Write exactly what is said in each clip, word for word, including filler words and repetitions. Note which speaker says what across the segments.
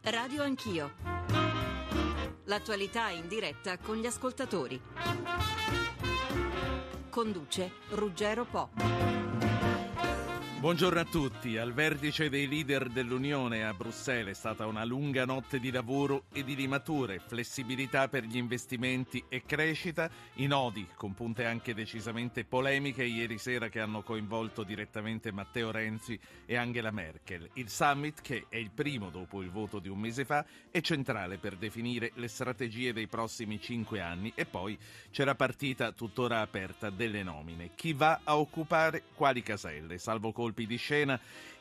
Speaker 1: Radio Anch'io. L'attualità in diretta con gli ascoltatori. Conduce Ruggero Po.
Speaker 2: Buongiorno a tutti. Al vertice dei leader dell'Unione a Bruxelles è stata una lunga notte di lavoro e di rimature, flessibilità per gli investimenti e crescita, i nodi, con punte anche decisamente polemiche ieri sera che hanno coinvolto direttamente Matteo Renzi e Angela Merkel. Il summit, che è il primo dopo il voto di un mese fa, è centrale per definire le strategie dei prossimi cinque anni e poi c'è la partita tuttora aperta delle nomine. Chi va a occupare quali caselle? Salvo colpi di scena,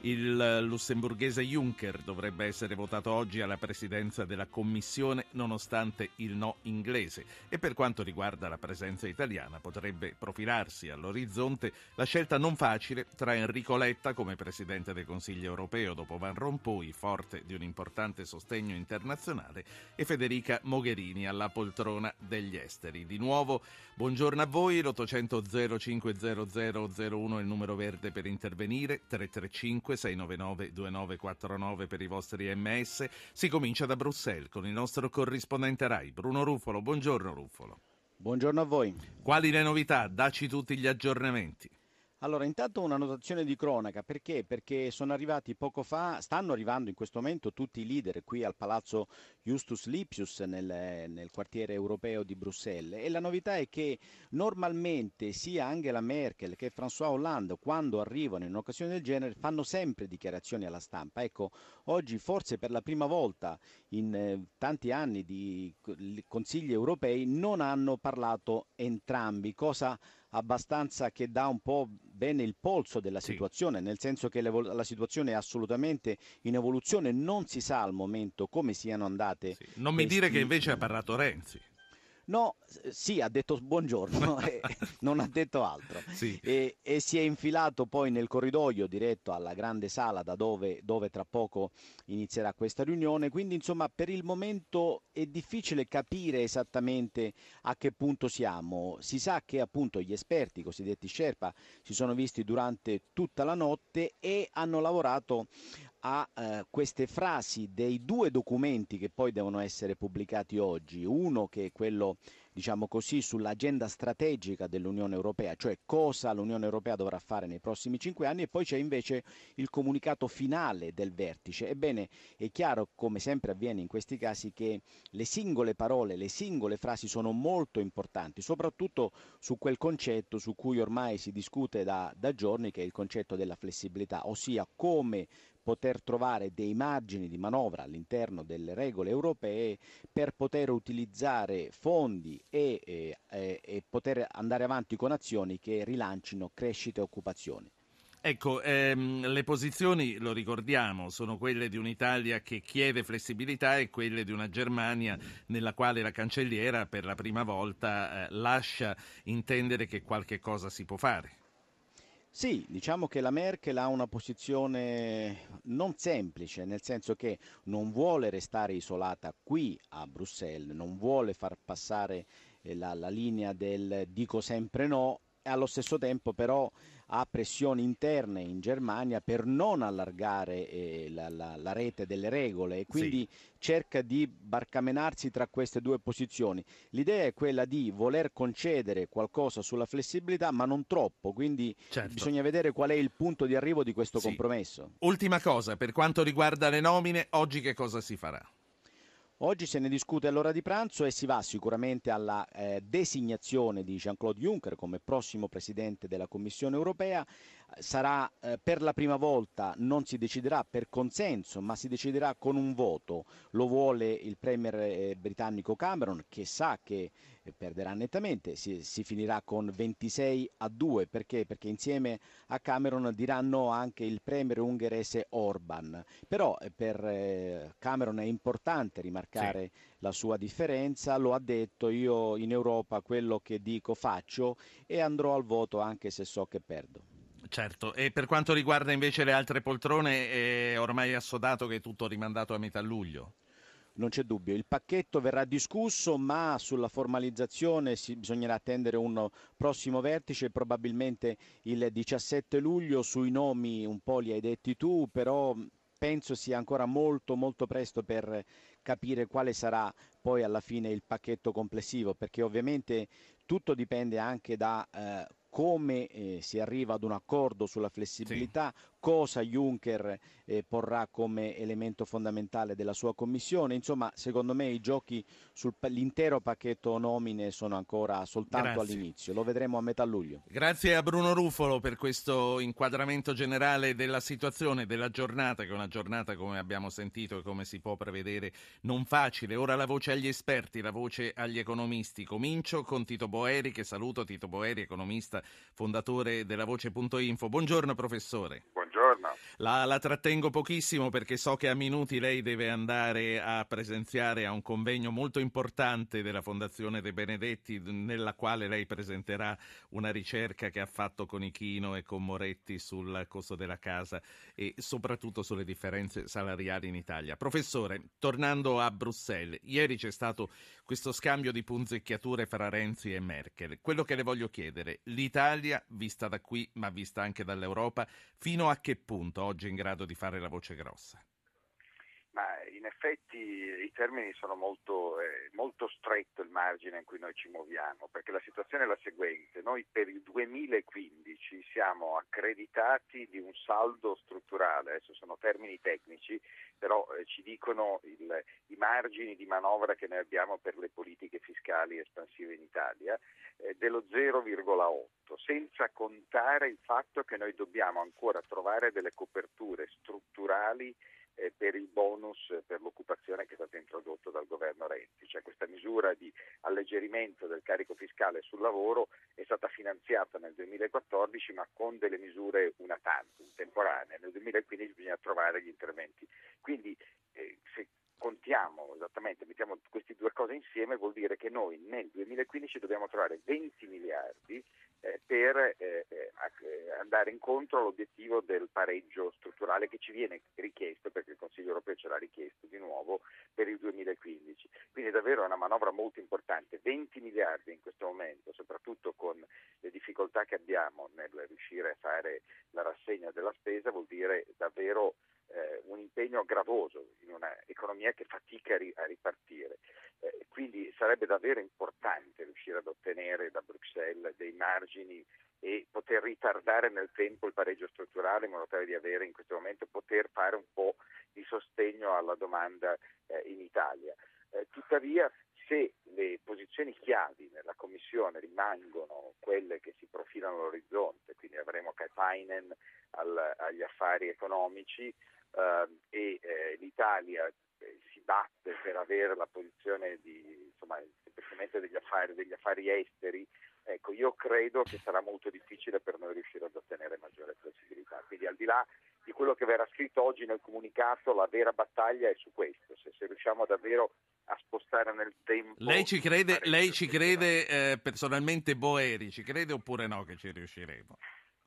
Speaker 2: il lussemburghese Juncker dovrebbe essere votato oggi alla presidenza della Commissione nonostante il no inglese, e per quanto riguarda la presenza italiana potrebbe profilarsi all'orizzonte la scelta non facile tra Enrico Letta come presidente del Consiglio europeo dopo Van Rompuy, forte di un importante sostegno internazionale, e Federica Mogherini alla poltrona degli esteri. Di nuovo buongiorno a voi. L'ottocento zero cinque zero zero zero uno è il numero verde per intervenire, tre tre cinque sei nove nove due nove quattro nove per i vostri emme esse. Si comincia da Bruxelles con il nostro corrispondente Rai, Bruno Ruffolo. Buongiorno Ruffolo.
Speaker 3: Buongiorno a voi.
Speaker 2: Quali le novità? Dacci tutti gli aggiornamenti.
Speaker 3: Allora, intanto una notazione di cronaca, perché? Perché sono arrivati poco fa, stanno arrivando in questo momento tutti i leader qui al Palazzo Justus Lipsius nel, nel quartiere europeo di Bruxelles, e la novità è che normalmente sia Angela Merkel che François Hollande, quando arrivano in un'occasione del genere, fanno sempre dichiarazioni alla stampa. Ecco, oggi forse per la prima volta in eh, tanti anni di consigli europei non hanno parlato entrambi, cosa abbastanza che dà un po' bene il polso della situazione, sì. Nel senso che la situazione è assolutamente in evoluzione, non si sa al momento come siano andate.
Speaker 2: Sì. Non
Speaker 3: questi...
Speaker 2: mi dire che invece ha parlato Renzi.
Speaker 3: No, sì, ha detto buongiorno e non ha detto altro.
Speaker 2: Sì.
Speaker 3: E, e si è infilato poi nel corridoio diretto alla grande sala da dove, dove tra poco inizierà questa riunione. Quindi insomma per il momento è difficile capire esattamente a che punto siamo. Si sa che appunto gli esperti, i cosiddetti Sherpa, si sono visti durante tutta la notte e hanno lavorato a eh, queste frasi dei due documenti che poi devono essere pubblicati oggi. Uno che è quello, diciamo così, sull'agenda strategica dell'Unione Europea, cioè cosa l'Unione Europea dovrà fare nei prossimi cinque anni, e poi c'è invece il comunicato finale del vertice. Ebbene, è chiaro, come sempre avviene in questi casi, che le singole parole, le singole frasi sono molto importanti, soprattutto su quel concetto su cui ormai si discute da, da giorni, che è il concetto della flessibilità, ossia come poter trovare dei margini di manovra all'interno delle regole europee per poter utilizzare fondi e, e, e poter andare avanti con azioni che rilancino crescita e occupazione.
Speaker 2: Ecco, ehm, le posizioni, lo ricordiamo, sono quelle di un'Italia che chiede flessibilità e quelle di una Germania nella quale la cancelliera per la prima volta eh, lascia intendere che qualche cosa si può fare.
Speaker 3: Sì, diciamo che la Merkel ha una posizione non semplice, nel senso che non vuole restare isolata qui a Bruxelles, non vuole far passare la, la linea del dico sempre no, e allo stesso tempo però ha pressioni interne in Germania per non allargare eh, la, la, la rete delle regole, e quindi sì. cerca di barcamenarsi tra queste due posizioni. L'idea è quella di voler concedere qualcosa sulla flessibilità, ma non troppo, quindi certo. bisogna vedere qual è il punto di arrivo di questo sì. compromesso.
Speaker 2: Ultima cosa, per quanto riguarda le nomine, oggi che cosa si farà?
Speaker 3: Oggi se ne discute all'ora di pranzo e si va sicuramente alla eh, designazione di Jean-Claude Juncker come prossimo presidente della Commissione europea. Sarà eh, per la prima volta, non si deciderà per consenso, ma si deciderà con un voto. Lo vuole il premier eh, britannico Cameron, che sa che eh, perderà nettamente, si, si finirà con ventisei a due, perché? Perché insieme a Cameron diranno anche il premier ungherese Orban. Però eh, per eh, Cameron è importante rimarcare Sì. la sua differenza, lo ha detto: io in Europa quello che dico faccio e andrò al voto anche se so che perdo.
Speaker 2: Certo, e per quanto riguarda invece le altre poltrone è ormai assodato che è tutto rimandato a metà luglio?
Speaker 3: Non c'è dubbio, il pacchetto verrà discusso, ma sulla formalizzazione si, bisognerà attendere un prossimo vertice, probabilmente il diciassette luglio. Sui nomi un po' li hai detti tu, però penso sia ancora molto molto presto per capire quale sarà poi alla fine il pacchetto complessivo, perché ovviamente tutto dipende anche da eh, come eh, si arriva ad un accordo sulla
Speaker 2: Sì.
Speaker 3: flessibilità, cosa Juncker eh, porrà come elemento fondamentale della sua commissione. Insomma, secondo me i giochi sull'intero pacchetto nomine sono ancora soltanto
Speaker 2: Grazie.
Speaker 3: all'inizio, lo vedremo a metà luglio.
Speaker 2: Grazie a Bruno Ruffolo per questo inquadramento generale della situazione, della giornata, che è una giornata, come abbiamo sentito e come si può prevedere, non facile. Ora la voce agli esperti, la voce agli economisti. Comincio con Tito Boeri, che saluto. Tito Boeri, economista, fondatore della Voce.info. Buongiorno professore.
Speaker 4: Buongiorno.
Speaker 2: La, la trattengo pochissimo perché so che a minuti lei deve andare a presenziare a un convegno molto importante della Fondazione De Benedetti, nella quale lei presenterà una ricerca che ha fatto con Ichino e con Moretti sul costo della casa e soprattutto sulle differenze salariali in Italia. Professore, tornando a Bruxelles, ieri c'è stato questo scambio di punzecchiature fra Renzi e Merkel. Quello che le voglio chiedere, l'Italia, vista da qui ma vista anche dall'Europa, fino a che punto oggi è in grado di fare la voce grossa?
Speaker 4: Ma in effetti i termini sono molto, eh, molto stretto il margine in cui noi ci muoviamo, perché la situazione è la seguente: noi per il duemilaquindici siamo accreditati di un saldo strutturale, adesso sono termini tecnici, però eh, ci dicono il, i margini di manovra che noi abbiamo per le politiche fiscali espansive in Italia, eh, dello zero virgola otto, senza contare il fatto che noi dobbiamo ancora trovare delle coperture strutturali Eh, per il bonus per l'occupazione che è stato introdotto dal governo Renzi, cioè questa misura di alleggerimento del carico fiscale sul lavoro è stata finanziata nel duemilaquattordici ma con delle misure una tantum, temporanee. Nel duemilaquindici bisogna trovare gli interventi, quindi eh, se contiamo esattamente, mettiamo queste due cose insieme, vuol dire che noi nel duemilaquindici dobbiamo trovare venti miliardi eh, per eh, eh, andare incontro all'obiettivo del pareggio strutturale che ci viene richiesto, perché il Consiglio europeo ce l'ha richiesto di nuovo per il duemilaquindici. Quindi è davvero una manovra molto importante, venti miliardi in questo momento, soprattutto con le difficoltà che abbiamo nel riuscire a fare la rassegna della spesa, vuol dire davvero eh, un impegno gravoso in una economia che fatica a, ri- a ripartire. Eh, quindi sarebbe davvero importante riuscire ad ottenere da Bruxelles dei margini e poter ritardare nel tempo il pareggio strutturale in modo tale di avere in questo momento, poter fare un po' di sostegno alla domanda eh, in Italia. Eh, tuttavia, se le posizioni chiavi nella Commissione rimangono quelle che si profilano all'orizzonte, quindi avremo Katainen al, agli affari economici eh, e eh, l'Italia eh, si batte per avere la posizione di, insomma, semplicemente degli affari, degli affari esteri, ecco, io credo che sarà molto difficile per noi riuscire ad ottenere maggiore flessibilità. Quindi al di là di quello che verrà scritto oggi nel comunicato, la vera battaglia è su questo, se, se riusciamo davvero a spostare nel tempo.
Speaker 2: Lei ci crede, lei ci crede eh, personalmente, Boeri, ci crede oppure no che ci riusciremo?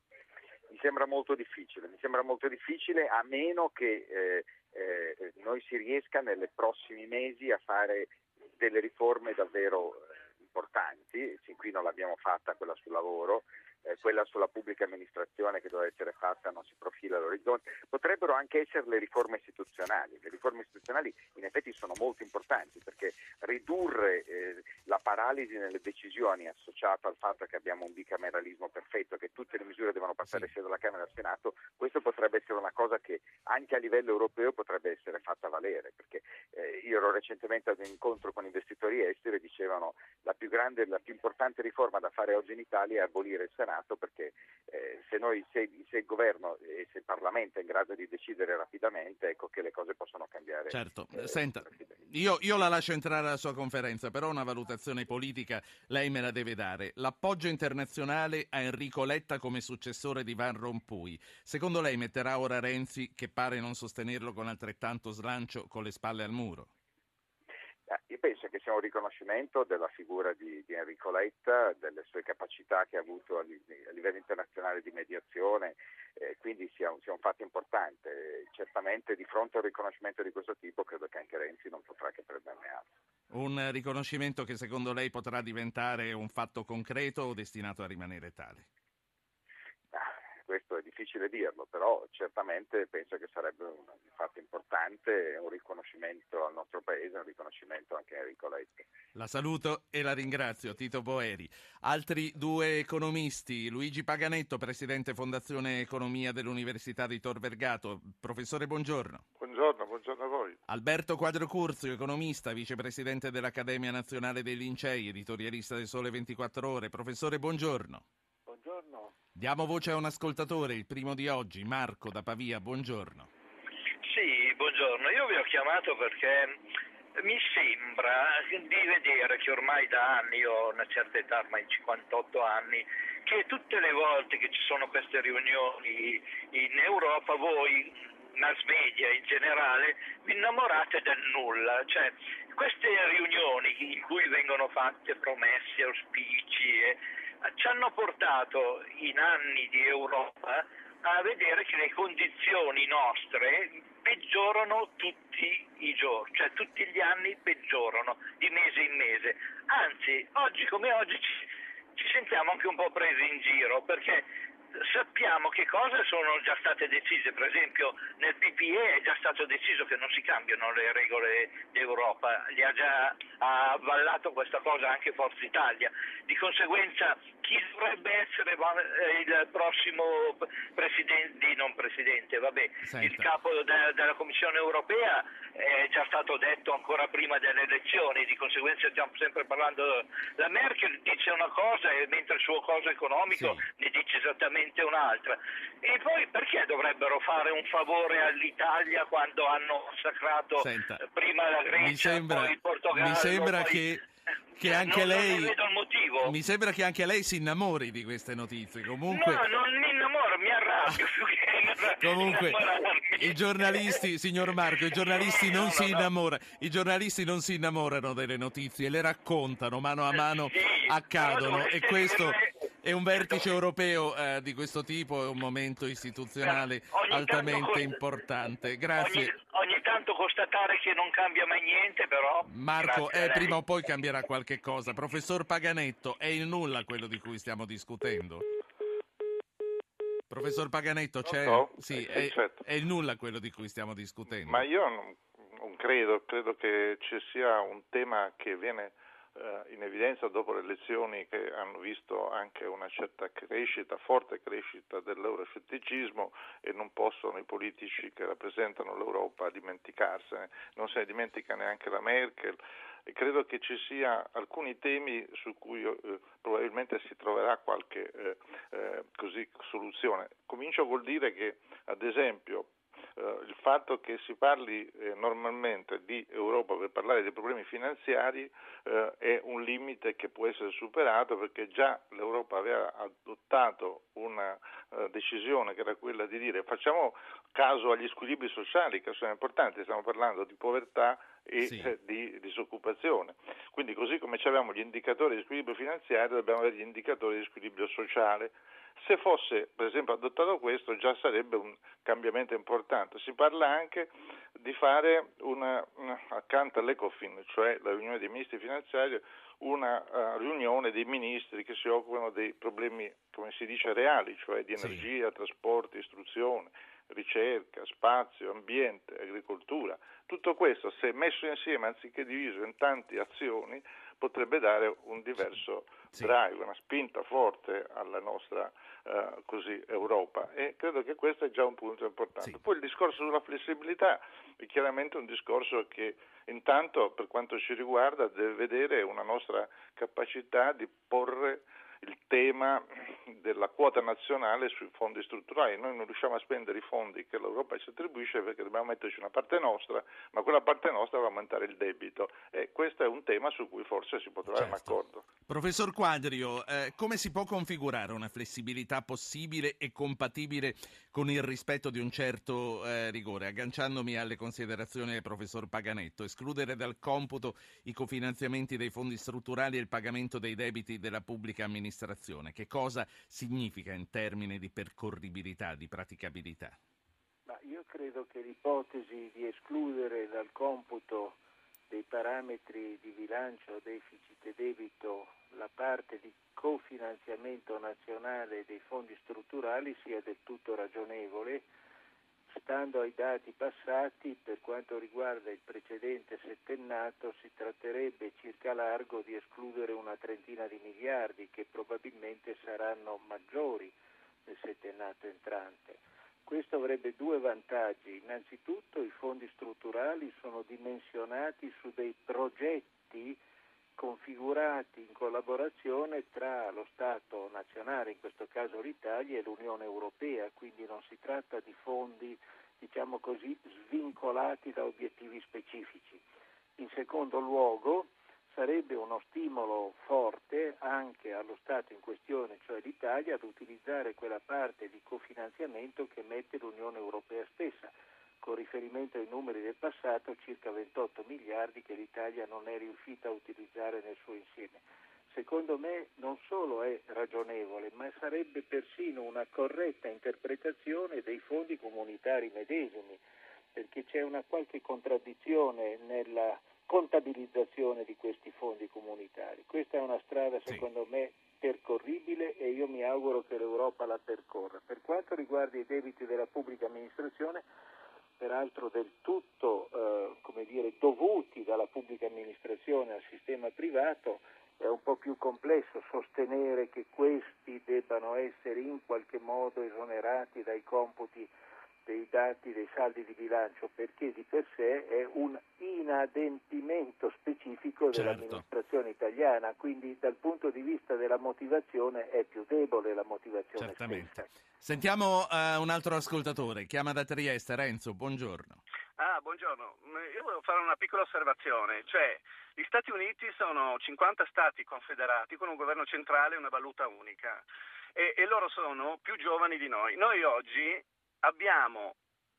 Speaker 4: Mi sembra molto difficile, mi sembra molto difficile a meno che eh, eh, noi si riesca nei prossimi mesi a fare delle riforme davvero importanti. Sin qui non l'abbiamo fatta quella sul lavoro, eh, quella sulla pubblica amministrazione che doveva essere fatta non si profila all'orizzonte. Potrebbero anche essere le riforme istituzionali. Le riforme istituzionali in effetti sono molto importanti perché ridurre eh, la paralisi nelle decisioni associata al fatto che abbiamo un bicameralismo perfetto, che tutte le misure devono passare
Speaker 2: Sì.
Speaker 4: sia dalla Camera che dal Senato, questo potrebbe essere una cosa che anche a livello europeo potrebbe essere fatta valere, perché eh, io ero recentemente ad un incontro con investitori esteri e dicevano la più grande, la più importante riforma da fare oggi in Italia è abolire il Senato, perché eh, se noi, se, se il governo e se il Parlamento è in grado di decidere rapidamente, ecco che le cose possono cambiare.
Speaker 2: Certo,
Speaker 4: eh,
Speaker 2: senta, io, io la lascio entrare alla sua conferenza, però una valutazione politica lei me la deve dare. L'appoggio internazionale a Enrico Letta come successore di Van Rompuy, secondo lei metterà ora Renzi, che pare non sostenerlo con altrettanto slancio, con le spalle al muro?
Speaker 4: Io penso che sia un riconoscimento della figura di, di Enrico Letta, delle sue capacità che ha avuto a, a livello internazionale di mediazione, eh, quindi sia un, sia un fatto importante. Eh, certamente di fronte a un riconoscimento di questo tipo credo che anche Renzi non potrà che prenderne atto.
Speaker 2: Un riconoscimento che secondo lei potrà diventare un fatto concreto o destinato a rimanere tale?
Speaker 4: questo è difficile dirlo, però certamente penso che sarebbe un, un fatto importante, un riconoscimento al nostro paese, un riconoscimento anche a Enrico Letta.
Speaker 2: La saluto e la ringrazio, Tito Boeri. Altri due economisti, Luigi Paganetto, presidente Fondazione Economia dell'Università di Tor Vergato. Professore, buongiorno.
Speaker 5: Buongiorno, buongiorno a voi.
Speaker 2: Alberto Quadrocurzio, economista, vicepresidente dell'Accademia Nazionale dei Lincei, editorialista del Sole ventiquattro Ore. Professore, buongiorno.
Speaker 6: Buongiorno.
Speaker 2: Diamo voce a un ascoltatore, il primo di oggi, Marco da Pavia, buongiorno.
Speaker 6: Sì, buongiorno. Io vi ho chiamato perché mi sembra di vedere che ormai da anni, io ho una certa età, ormai cinquantotto anni, che tutte le volte che ci sono queste riunioni in Europa, voi, mass media in generale, vi innamorate del nulla. Cioè, queste riunioni in cui vengono fatte promesse, auspici, eh, ci hanno portato in anni di Europa a vedere che le condizioni nostre peggiorano tutti i giorni, cioè tutti gli anni peggiorano, di mese in mese. Anzi, oggi come oggi ci, ci sentiamo anche un po' presi in giro, perché sappiamo che cose sono già state decise. Per esempio nel P P E è già stato deciso che non si cambiano le regole d'Europa, li ha già ha avallato questa cosa anche Forza Italia. Di conseguenza chi dovrebbe essere il prossimo presidente, non presidente, vabbè,
Speaker 2: Senta.
Speaker 6: il capo de- della Commissione Europea è già stato detto ancora prima delle elezioni, di conseguenza stiamo sempre parlando. La Merkel dice una cosa e mentre il suo coso economico
Speaker 2: Sì.
Speaker 6: ne dice esattamente un'altra. E poi perché dovrebbero fare un favore all'Italia quando hanno massacrato
Speaker 2: Senta,
Speaker 6: prima la Grecia,
Speaker 2: mi sembra,
Speaker 6: poi il Portogallo?
Speaker 2: mi sembra
Speaker 6: poi...
Speaker 2: che, che
Speaker 6: non,
Speaker 2: anche
Speaker 6: non
Speaker 2: lei
Speaker 6: ne vedo il motivo.
Speaker 2: mi sembra che anche lei si innamori di queste notizie. Comunque,
Speaker 6: No, non mi innamoro, mi arrabbio più che
Speaker 2: comunque
Speaker 6: innamorarmi.
Speaker 2: i giornalisti, signor Marco, i giornalisti non
Speaker 6: No,
Speaker 2: si
Speaker 6: no, no.
Speaker 2: innamorano, i giornalisti non si innamorano delle notizie, le raccontano mano a mano,
Speaker 6: Sì,
Speaker 2: accadono,
Speaker 6: però
Speaker 2: e
Speaker 6: dovreste
Speaker 2: questo
Speaker 6: dire-
Speaker 2: è un vertice europeo eh, di questo tipo, è un momento istituzionale
Speaker 6: Ogni tanto
Speaker 2: altamente
Speaker 6: costa-
Speaker 2: importante. Grazie.
Speaker 6: Ogni, ogni tanto constatare che non cambia mai niente, però.
Speaker 2: Marco,
Speaker 6: grazie a
Speaker 2: eh,
Speaker 6: lei.
Speaker 2: prima o poi cambierà qualche cosa. Professor Paganetto, è il nulla quello di cui stiamo discutendo? Professor Paganetto, c'è?
Speaker 5: Pronto?
Speaker 2: Sì,
Speaker 5: Sì,
Speaker 2: è,
Speaker 5: certo.
Speaker 2: è il nulla quello di cui stiamo discutendo.
Speaker 5: Ma io non, non credo, credo che ci sia un tema che viene eh, in evidenza dopo le elezioni che hanno visto anche una certa crescita, forte crescita dell'euroscetticismo, e non possono i politici che rappresentano l'Europa dimenticarsene, non se ne dimentica neanche la Merkel. E credo che ci sia alcuni temi su cui eh, probabilmente si troverà qualche eh, eh, così soluzione. Comincio col dire che, ad esempio, eh, il fatto che si parli eh, normalmente di Europa per parlare dei problemi finanziari eh, è un limite che può essere superato, perché già l'Europa aveva adottato una eh, decisione che era quella di dire facciamo caso agli squilibri sociali che sono importanti, stiamo parlando di povertà e
Speaker 2: Sì.
Speaker 5: eh, di disoccupazione. Quindi così come abbiamo gli indicatori di squilibrio finanziario dobbiamo avere gli indicatori di squilibrio sociale. Se fosse per esempio adottato questo già sarebbe un cambiamento importante. Si parla anche di fare una, una accanto all'Ecofin, cioè la riunione dei ministri finanziari, una uh, riunione dei ministri che si occupano dei problemi, come si dice, reali, cioè di
Speaker 2: Sì.
Speaker 5: energia, trasporti, istruzione, ricerca, spazio, ambiente, agricoltura. Tutto questo, se messo insieme anziché diviso in tante azioni, potrebbe dare un diverso
Speaker 2: Sì.
Speaker 5: drive, una spinta forte alla nostra uh, così Europa, e credo che questo è già un punto importante.
Speaker 2: Sì.
Speaker 5: Poi il discorso sulla flessibilità è chiaramente un discorso che intanto, per quanto ci riguarda, deve vedere una nostra capacità di porre il tema della quota nazionale sui fondi strutturali. Noi non riusciamo a spendere i fondi che l'Europa ci attribuisce perché dobbiamo metterci una parte nostra, ma quella parte nostra va a aumentare il debito, e questo è un tema su cui forse si può trovare
Speaker 2: Certo.
Speaker 5: un accordo.
Speaker 2: Professor Quadrio, eh, come si può configurare una flessibilità possibile e compatibile con il rispetto di un certo eh, rigore? Agganciandomi alle considerazioni del professor Paganetto, escludere dal computo i cofinanziamenti dei fondi strutturali e il pagamento dei debiti della pubblica amministrazione. Che cosa significa in termini di percorribilità, di praticabilità?
Speaker 7: Ma io credo che l'ipotesi di escludere dal computo dei parametri di bilancio, deficit e debito la parte di cofinanziamento nazionale dei fondi strutturali sia del tutto ragionevole. Stando ai dati passati, per quanto riguarda il precedente settennato, si tratterebbe circa largo di escludere una trentina di miliardi, che probabilmente saranno maggiori nel settennato entrante. Questo avrebbe due vantaggi. Innanzitutto i fondi strutturali sono dimensionati su dei progetti configurati in collaborazione tra lo Stato nazionale, in questo caso l'Italia, e l'Unione Europea, quindi non si tratta di fondi, diciamo così, svincolati da obiettivi specifici. In secondo luogo, sarebbe uno stimolo forte anche allo Stato in questione, cioè l'Italia, ad utilizzare quella parte di cofinanziamento che mette l'Unione Europea stessa, con riferimento ai numeri del passato, circa ventotto miliardi che l'Italia non è riuscita a utilizzare nel suo insieme. Secondo me non solo è ragionevole, ma sarebbe persino una corretta interpretazione dei fondi comunitari medesimi, perché c'è una qualche contraddizione nella contabilizzazione di questi fondi comunitari. Questa è una strada, secondo sì. me, percorribile, e io mi auguro che l'Europa la percorra. Per quanto riguarda i debiti della pubblica amministrazione, peraltro del tutto eh, come dire, dovuti dalla pubblica amministrazione al sistema privato, è un po' più complesso sostenere che questi debbano essere in qualche modo esonerati dai computi dei dati dei saldi di bilancio, perché di per sé è un inadempimento specifico
Speaker 2: certo.
Speaker 7: dell'amministrazione italiana, quindi dal punto di vista della motivazione è più debole la motivazione
Speaker 2: Certamente.
Speaker 7: stessa.
Speaker 2: Sentiamo uh, un altro ascoltatore, chiama da Trieste, Renzo, buongiorno.
Speaker 8: Ah, buongiorno. Io volevo fare una piccola osservazione, cioè gli Stati Uniti sono cinquanta stati confederati con un governo centrale e una valuta unica, e, e loro sono più giovani di noi. Noi oggi abbiamo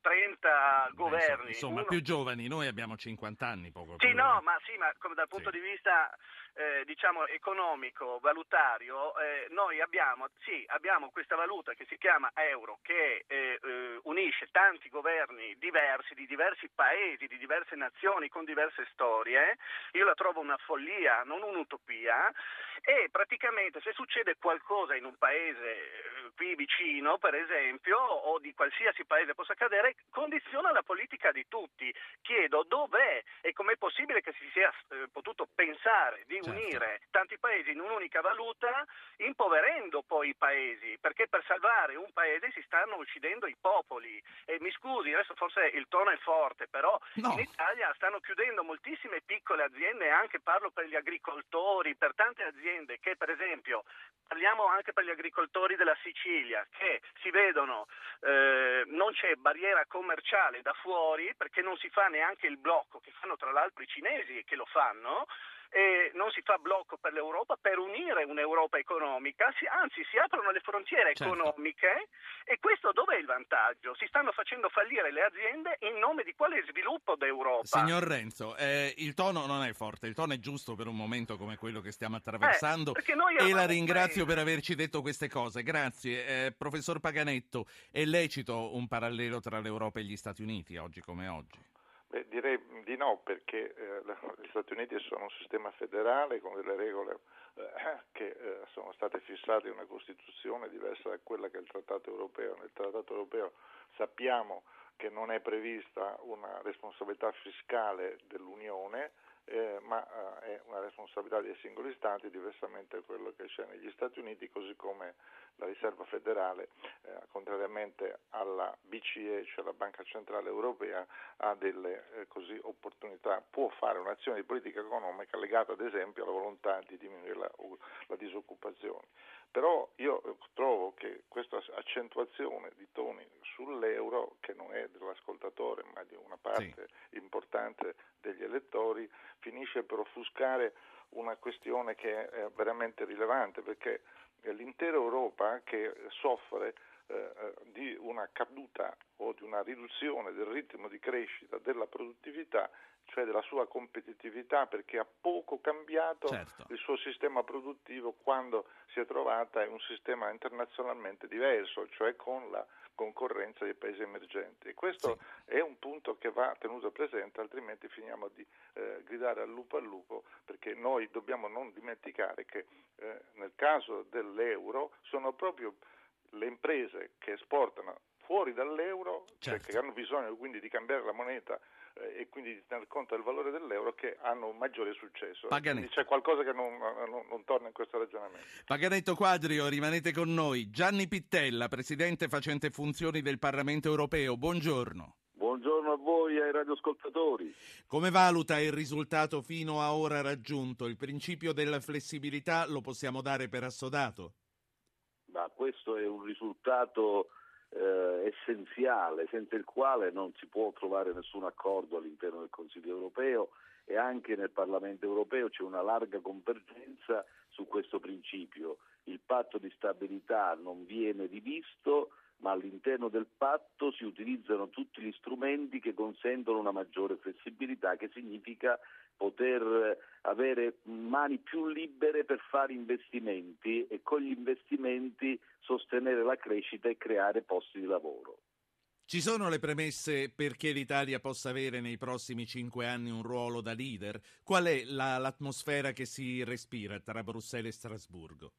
Speaker 8: trenta
Speaker 2: Beh,
Speaker 8: governi.
Speaker 2: Insomma,
Speaker 8: uno...
Speaker 2: più giovani, noi abbiamo cinquanta anni, poco
Speaker 8: Sì,
Speaker 2: più.
Speaker 8: no,
Speaker 2: eh.
Speaker 8: ma sì, ma come dal punto
Speaker 2: sì.
Speaker 8: di vista eh, diciamo economico, valutario, eh, noi abbiamo, sì, abbiamo questa valuta che si chiama euro, che eh, eh, unisce tanti governi diversi, di diversi paesi, di diverse nazioni, con diverse storie. Io la trovo una follia, non un'utopia, e praticamente se succede qualcosa in un paese eh, qui vicino, per esempio, o di qualsiasi paese possa accadere, condiziona la politica di tutti. Chiedo dov'è e com'è possibile che si sia eh, potuto pensare di
Speaker 2: certo.
Speaker 8: unire tanti paesi in un'unica valuta, impoverendo poi i paesi, perché per salvare un paese si stanno uccidendo i popoli. E mi scusi, adesso forse il tono è forte, però
Speaker 2: no.
Speaker 8: in Italia stanno chiudendo moltissime piccole aziende, anche parlo per gli agricoltori, per tante aziende che, per esempio, parliamo anche per gli agricoltori della Sicilia, che si vedono, eh, non c'è barriera commerciale da fuori, perché non si fa neanche il blocco che fanno tra l'altro i cinesi, che lo fanno, e non si fa blocco per l'Europa per unire un'Europa economica, si, anzi si aprono le frontiere
Speaker 2: certo.
Speaker 8: economiche, e questo dov'è il vantaggio? Si stanno facendo fallire le aziende in nome di quale sviluppo d'Europa?
Speaker 2: Signor Renzo, eh, il tono non è forte, il tono è giusto per un momento come quello che stiamo attraversando,
Speaker 8: eh,
Speaker 2: e la ringrazio per averci detto queste cose. Grazie. Eh, professor Paganetto, è lecito un parallelo tra l'Europa e gli Stati Uniti oggi come oggi?
Speaker 5: Beh, direi di no, perché eh, gli Stati Uniti sono un sistema federale con delle regole eh, che eh, sono state fissate in una Costituzione diversa da quella che è il Trattato europeo. Nel Trattato europeo sappiamo che non è prevista una responsabilità fiscale dell'Unione, eh, ma eh, è una responsabilità dei singoli Stati, diversamente da quello che c'è negli Stati Uniti, così come la riserva federale, eh, contrariamente alla B C E, cioè la Banca Centrale Europea, ha delle eh, così opportunità, può fare un'azione di politica economica legata ad esempio alla volontà di diminuire la, la disoccupazione. Però io trovo che questa accentuazione di toni sull'euro, che non è dell'ascoltatore ma di una parte sì. importante degli elettori, finisce per offuscare una questione che è veramente rilevante, perché l'intera Europa che soffre eh, di una caduta o di una riduzione del ritmo di crescita della produttività, cioè della sua competitività, perché ha poco cambiato
Speaker 2: certo.
Speaker 5: il suo sistema produttivo quando si è trovata in un sistema internazionalmente diverso, cioè con la concorrenza dei paesi emergenti. E questo sì. è un punto che va tenuto presente, altrimenti finiamo di eh, gridare al lupo al lupo, perché noi dobbiamo non dimenticare che eh, nel caso dell'euro sono proprio le imprese che esportano fuori dall'euro, certo. cioè che hanno bisogno quindi di cambiare la moneta eh, e quindi di tener conto del valore dell'euro, che hanno un maggiore successo. Quindi c'è qualcosa che non, non, non torna in questo ragionamento.
Speaker 2: Paganetto Quadrio, rimanete con noi. Gianni Pittella, presidente facente funzioni del Parlamento Europeo, buongiorno.
Speaker 9: Buongiorno a voi e ai radioascoltatori.
Speaker 2: Come valuta il risultato fino a ora raggiunto? Il principio della flessibilità lo possiamo dare per assodato?
Speaker 9: Ma questo è un risultato eh, essenziale, senza il quale non si può trovare nessun accordo all'interno del Consiglio europeo, e anche nel Parlamento europeo c'è una larga convergenza su questo principio. Il patto di stabilità non viene rivisto, ma all'interno del patto si utilizzano tutti gli strumenti che consentono una maggiore flessibilità, che significa poter avere mani più libere per fare investimenti e con gli investimenti sostenere la crescita e creare posti di lavoro.
Speaker 2: Ci sono le premesse perché l'Italia possa avere nei prossimi cinque anni un ruolo da leader? Qual è la, l'atmosfera che si respira tra Bruxelles e Strasburgo?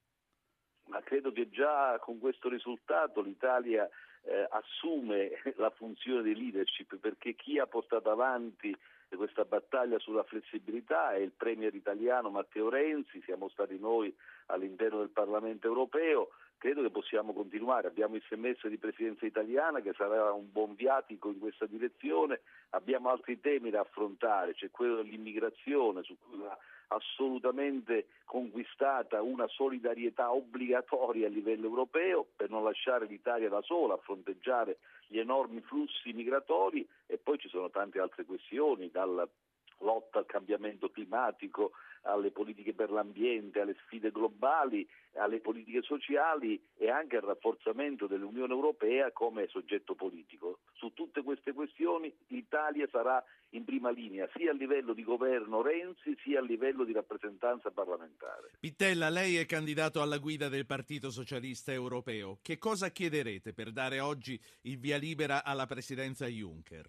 Speaker 9: Ma credo che già con questo risultato l'Italia eh, assume la funzione di leadership, perché chi ha portato avanti questa battaglia sulla flessibilità è il premier italiano Matteo Renzi, siamo stati noi all'interno del Parlamento europeo. Credo che possiamo continuare, abbiamo il semestre di presidenza italiana che sarà un buon viatico in questa direzione, abbiamo altri temi da affrontare, c'è quello dell'immigrazione su cui va assolutamente conquistata una solidarietà obbligatoria a livello europeo per non lasciare l'Italia da sola a fronteggiare gli enormi flussi migratori, e poi ci sono tante altre questioni, dalla lotta al cambiamento climatico alle politiche per l'ambiente, alle sfide globali, alle politiche sociali e anche al rafforzamento dell'Unione Europea come soggetto politico. Su tutte queste questioni l'Italia sarà in prima linea, sia a livello di governo Renzi, sia a livello di rappresentanza parlamentare.
Speaker 2: Pittella, lei è candidato alla guida del Partito Socialista Europeo. Che cosa chiederete per dare oggi il via libera alla presidenza Juncker?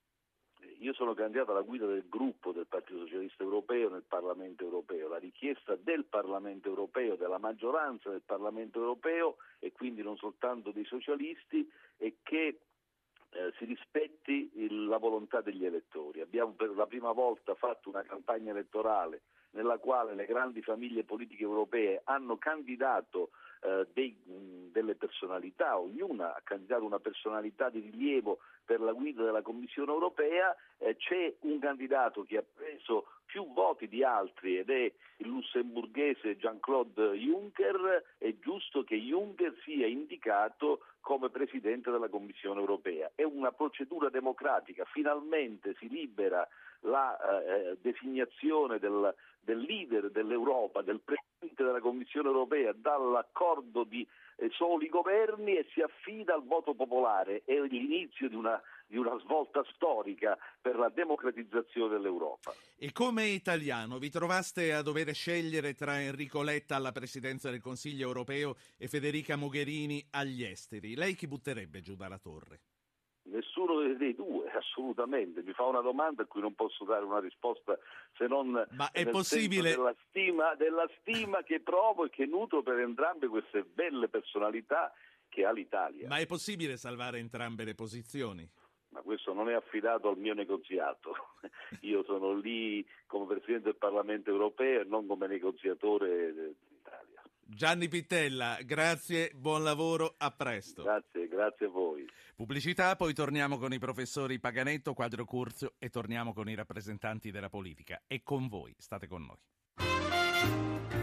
Speaker 9: Io sono candidato alla guida del gruppo del Partito Socialista Europeo nel Parlamento Europeo. La richiesta del Parlamento Europeo, della maggioranza del Parlamento Europeo, e quindi non soltanto dei socialisti, è che eh, si rispetti il, la volontà degli elettori. Abbiamo per la prima volta fatto una campagna elettorale nella quale le grandi famiglie politiche europee hanno candidato eh, dei, mh, delle personalità, ognuna ha candidato una personalità di rilievo per la guida della Commissione europea. Eh, c'è un candidato che ha preso più voti di altri ed è il lussemburghese Jean-Claude Juncker. È giusto che Juncker sia indicato come Presidente della Commissione europea. È una procedura democratica, finalmente si libera la eh, designazione del, del leader dell'Europa, del Presidente della Commissione europea, dall'accordo di eh, soli governi, e si affida al voto popolare. È l'inizio di una, di una svolta storica per la democratizzazione dell'Europa.
Speaker 2: E come italiano vi trovaste a dover scegliere tra Enrico Letta alla presidenza del Consiglio europeo e Federica Mogherini agli esteri? Lei chi butterebbe giù dalla torre?
Speaker 9: Nessuno dei due, assolutamente. Mi fa una domanda a cui non posso dare una risposta se non
Speaker 2: Ma è
Speaker 9: nel
Speaker 2: possibile...
Speaker 9: senso della stima, della stima che provo e che nutro per entrambe queste belle personalità che ha l'Italia.
Speaker 2: Ma è possibile salvare entrambe le posizioni?
Speaker 9: Ma questo non è affidato al mio negoziato. Io sono lì come Presidente del Parlamento europeo e non come negoziatore dell'Italia.
Speaker 2: Gianni Pittella, grazie, buon lavoro, a presto.
Speaker 9: Grazie, grazie a voi.
Speaker 2: Pubblicità, poi torniamo con i professori Paganetto, Quadrio Curzio e torniamo con i rappresentanti della politica. E con voi, state con noi.